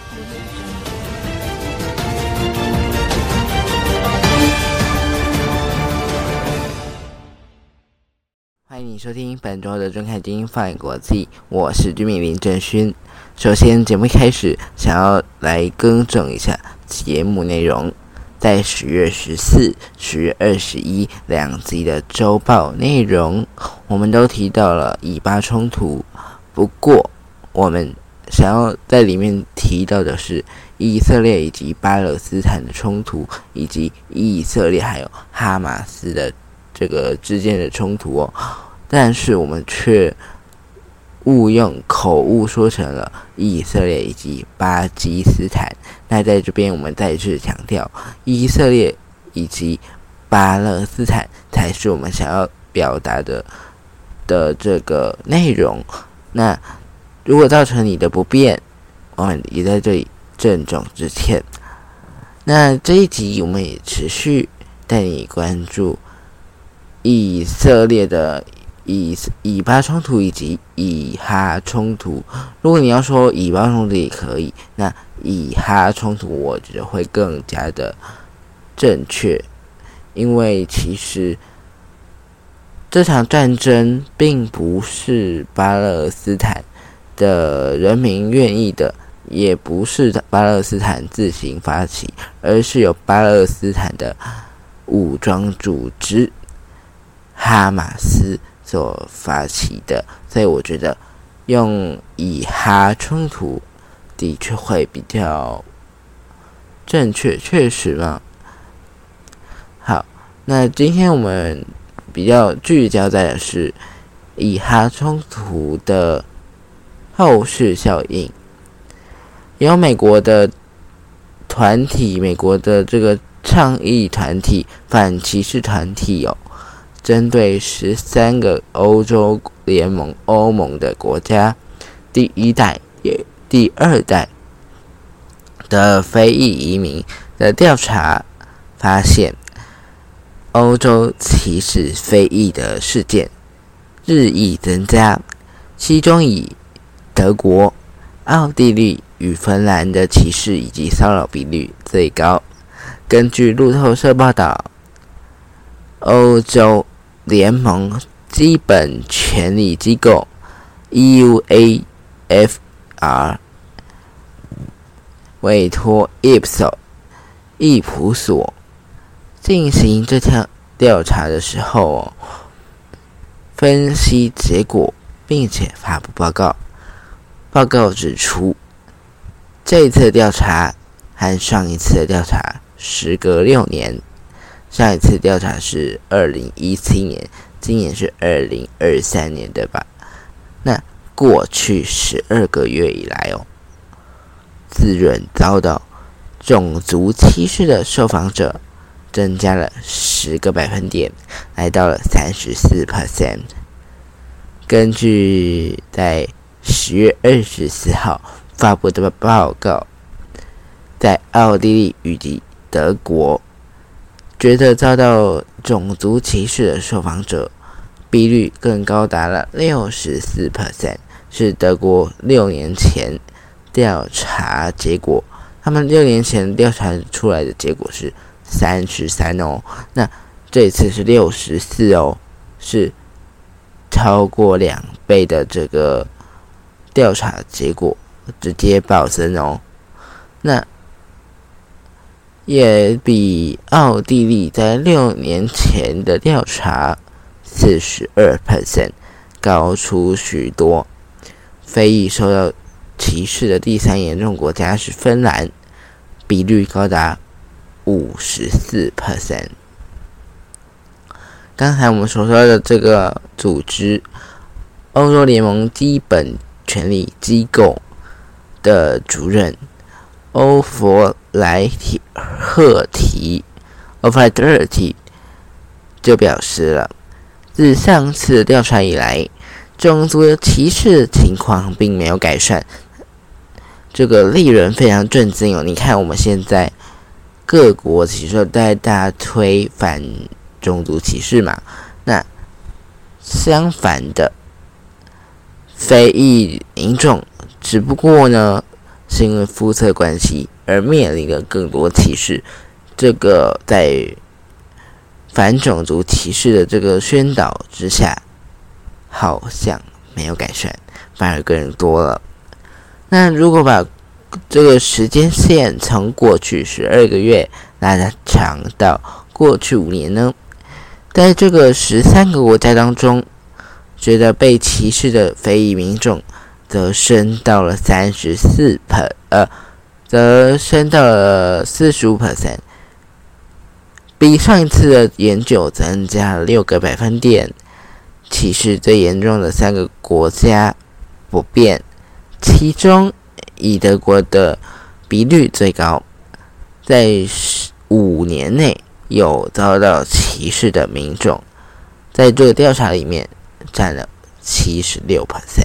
欢迎你收听本周的中看精英放眼国际，我是居民林正勋。首先，节目开始想要来更正一下节目内容，在10月14、10月21两集的周报内容，我们都提到了以巴冲突，不过我们想要在里面提到的是以色列以及巴勒斯坦的冲突，以及以色列还有哈马斯的这个之间的冲突哦。但是我们却口误说成了以色列以及巴基斯坦。那在这边我们再次强调，以色列以及巴勒斯坦才是我们想要表达的这个内容。那如果造成你的不便，我们也在这里郑重致歉。那这一集我们也持续带你关注以色列的以巴冲突以及以哈冲突。如果你要说以巴冲突也可以，那以哈冲突我觉得会更加的正确，因为其实这场战争并不是巴勒斯坦的人民愿意的，也不是巴勒斯坦自行发起，而是由巴勒斯坦的武装组织哈马斯所发起的，所以我觉得用以哈冲突的确会比较正确，确实嘛。好，那今天我们比较聚焦在的是以哈冲突的后续效应。有美国的团体，美国的这个倡议团体、反歧视团体针对13个欧洲联盟欧盟的国家第一代也第二代的非裔移民的调查发现，欧洲歧视非裔的事件日益增加，其中以德国、奥地利与芬兰的歧视以及骚扰比率最高。根据路透社报道，欧洲联盟基本权利机构 EUAFR 委托 易普所进行这项调查的时候分析结果，并且发布报告。报告指出，这一次的调查和上一次的调查时隔6年，上一次调查是2017年，今年是2023年，对吧？那过去12个月以来自认遭到种族歧视的受访者增加了10个百分点，来到了 34%。根据在10月24号发布的报告，在奥地利以及德国，觉得遭到种族歧视的受访者比率更高达了 64%， 是德国6年前调查结果。他们6年前调查出来的结果是33那这次是64是超过2倍的这个调查结果直接暴增那也比奥地利在6年前的调查 42% 高出许多。非裔受到歧视的第3严重国家是芬兰，比率高达 54%。刚才我们所说的这个组织欧洲联盟基本权利机构的主任欧弗莱赫提就表示了，自上次调查以来，种族歧视情况并没有改善。这个令人非常震惊你看我们现在各国其实在大推反种族歧视嘛，那相反的非裔民众只不过呢是因为肤色关系而面临了更多歧视。这个在反种族歧视的这个宣导之下，好像没有改善，反而更多了。那如果把这个时间线从过去12个月拉长到过去5年呢，在这个13个国家当中，觉得被歧视的非裔民众则升到了45%，比上一次的研究增加了6个百分点。歧视最严重的3个国家不变，其中以德国的比率最高，在5年内有遭到歧视的民众，在这个调查里面占了76%。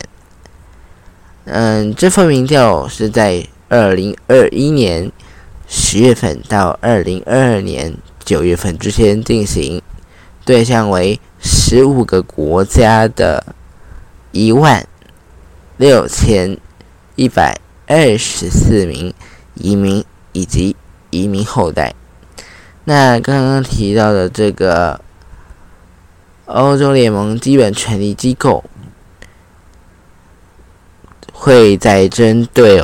这份民调是在2021年10月份到2022年9月份之间进行，对象为15个国家的16124名移民以及移民后代。那刚刚提到的这个欧洲联盟基本权利机构会在针对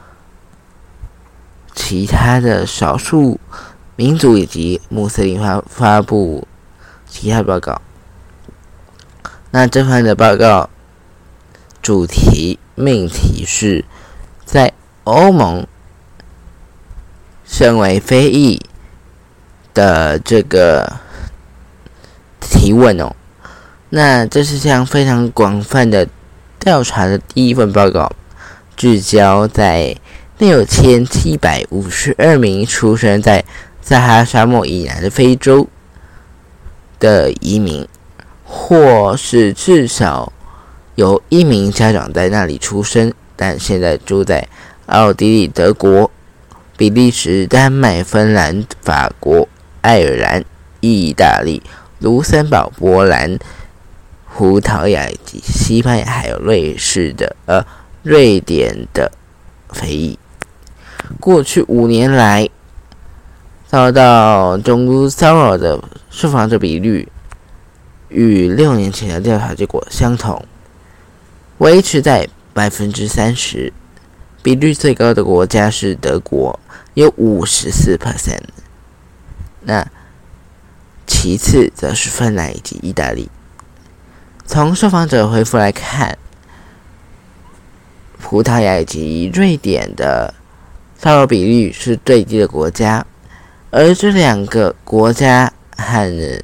其他的少数民族以及穆斯林发布其他报告。那这份的报告命题是在欧盟身为非裔的这个提问那这是项非常广泛的调查的第一份报告，聚焦在6752名出生在撒哈拉沙漠以南的非洲的移民，或是至少有1名家长在那里出生，但现在住在奥地利、德国、比利时、丹麦、芬兰、法国、爱尔兰、意大利、卢森堡、波兰、葡萄牙以及西班牙，还有瑞典的非裔。过去5年来，遭到种族骚扰的受访者比率与6年前的调查结果相同，维持在 30%。 比率最高的国家是德国，有 54%， 那其次则是芬兰以及意大利。从受访者回复来看，葡萄牙以及瑞典的骚扰比率是最低的国家，而这2个国家和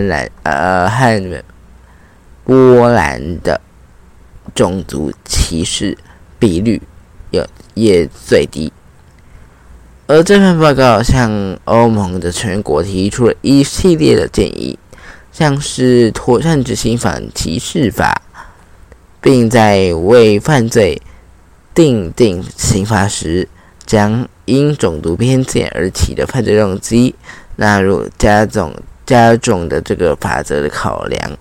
波兰的种族歧视比率也最低。而这份报告向欧盟的成员国提出了一系列的建议，像是妥善执行反歧视法，并在为犯罪定刑罚时，将因种族偏见而起的犯罪动机纳入加重的这个法则的考量。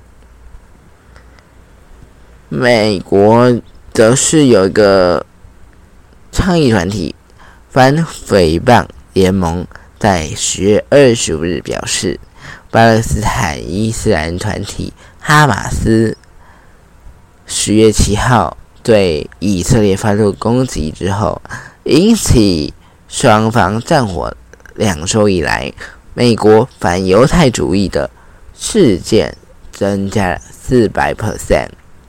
美国则是有一个倡议团体反诽谤联盟，在10月25日表示，巴勒斯坦伊斯兰团体哈马斯10月7号对以色列发动攻击之后，引起双方战火2周以来，美国反犹太主义的事件增加了 400%。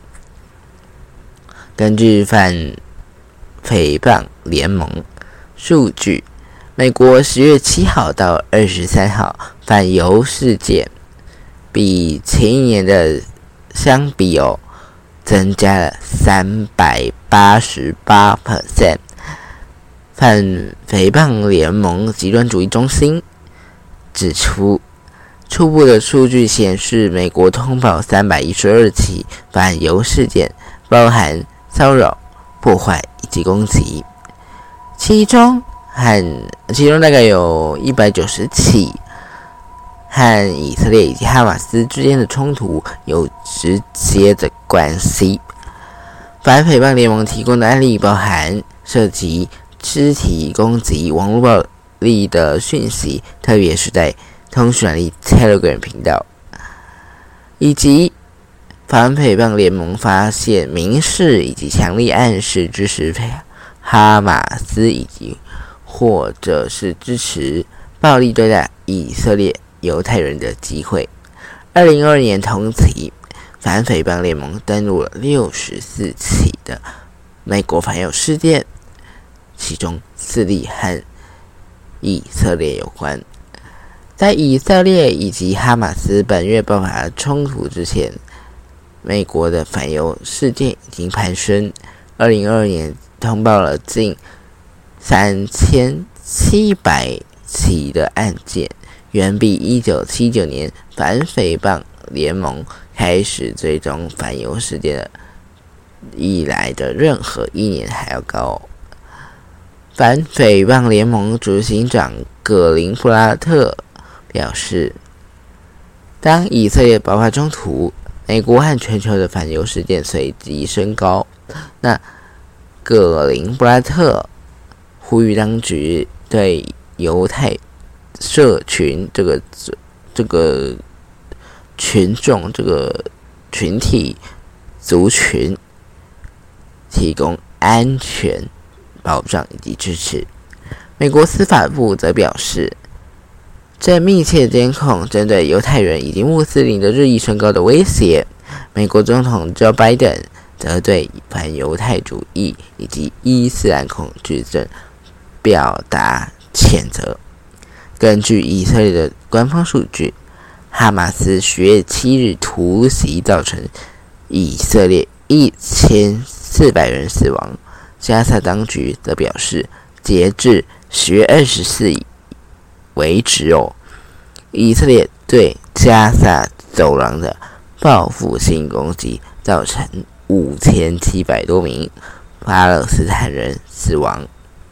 根据反诽谤联盟数据，美国10月7号到23号反犹事件比前一年的相比增加了 388%。 反诽谤联盟极端主义中心指出，初步的数据显示，美国通报312起反犹事件，包含骚扰、破坏以及攻击，其中大概有190起和以色列以及哈马斯之间的冲突有直接的关系。反诽谤联盟提供的案例包含涉及肢体攻击、网络暴力的讯息，特别是在通讯软体 Telegram 频道，以及反诽谤联盟发现明示以及强力暗示支持哈马斯以及或者是支持暴力对待以色列犹太人的机会。2022年同期，反诽谤联盟登录了64起的美国反犹事件，其中4例和以色列有关。在以色列以及哈马斯本月爆发冲突之前，美国的反犹事件已经攀升。2022年通报了近3700起的案件，远比1979年反诽谤联盟开始追踪反犹事件以来的任何一年还要高。反诽谤联盟执行长葛林布拉特表示，当以色列爆发冲突，美国和全球的反犹事件随即升高。那葛林布拉特呼吁当局对犹太社群这个群众、这个群体族群提供安全保障以及支持。美国司法部则表示，正密切监控针对犹太人以及穆斯林的日益升高的威胁。美国总统 Joe Biden 则对反犹太主义以及伊斯兰恐惧症表达谴责。根据以色列的官方数据，哈马斯10月7日突袭造成以色列1400人死亡。加萨当局则表示，截至10月24日为止以色列对加萨走廊的报复性攻击造成5700多名巴勒斯坦人死亡。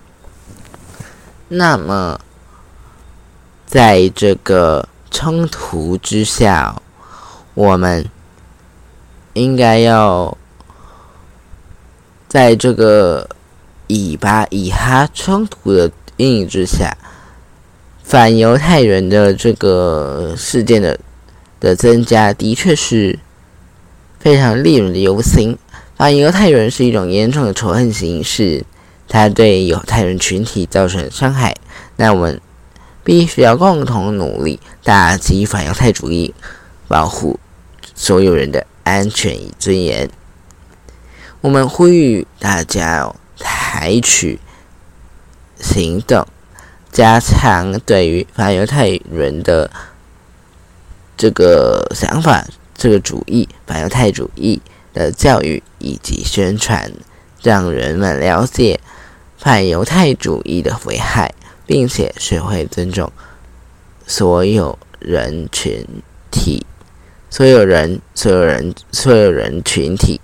那么在这个冲突之下，我们应该要在这个以哈冲突的阴影之下，反犹太人的这个事件的增加，的确是非常令人忧心。反犹太人是一种严重的仇恨形式，它对犹太人群体造成伤害。那我们必须要共同努力打击反犹太主义，保护所有人的安全与尊严。我们呼吁大家采取行动，加强对于反犹太人的这个想法、这个主义、反犹太主义的教育以及宣传，让人们了解反犹太主义的危害，并且学会尊重所有人群体、所有人群体。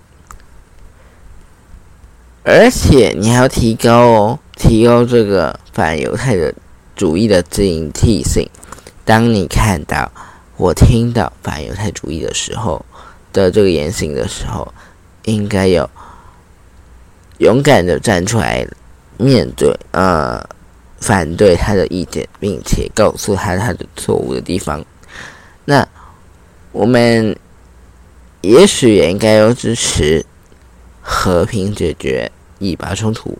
而且你还要提高这个反犹太的主义的警惕性。当你看到或听到反犹太主义的时候的这个言行的时候，应该有勇敢的站出来面对反对他的意见，并且告诉他的错误的地方。那我们也许也应该要支持和平解决以巴冲突，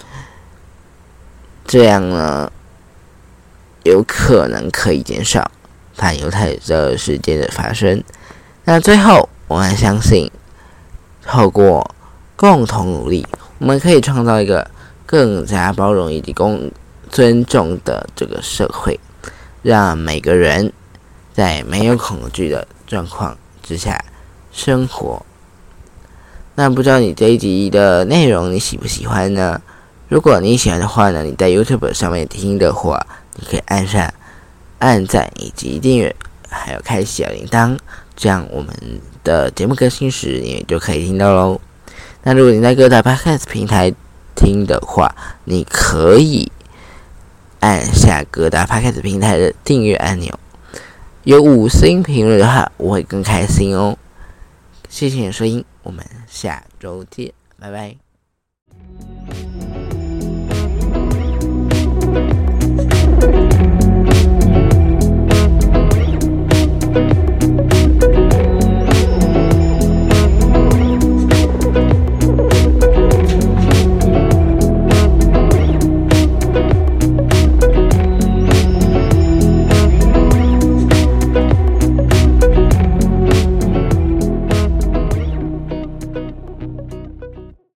这样呢，有可能可以减少反犹太的事件的发生。那最后，我们相信，透过共同努力，我们可以创造一个更加包容以及尊重的这个社会，让每个人在没有恐惧的状况之下生活。那不知道你这一集的内容你喜不喜欢呢？如果你喜欢的话呢，你在 YouTube 上面听的话，你可以按赞以及订阅，还有开启小铃铛，这样我们的节目更新时你就可以听到咯。那如果你在各大 Podcast 平台听的话，你可以按下各大 Podcast 平台的订阅按钮，有5星评论的话，我会更开心哦。谢谢你的收听，我们下周见，拜拜。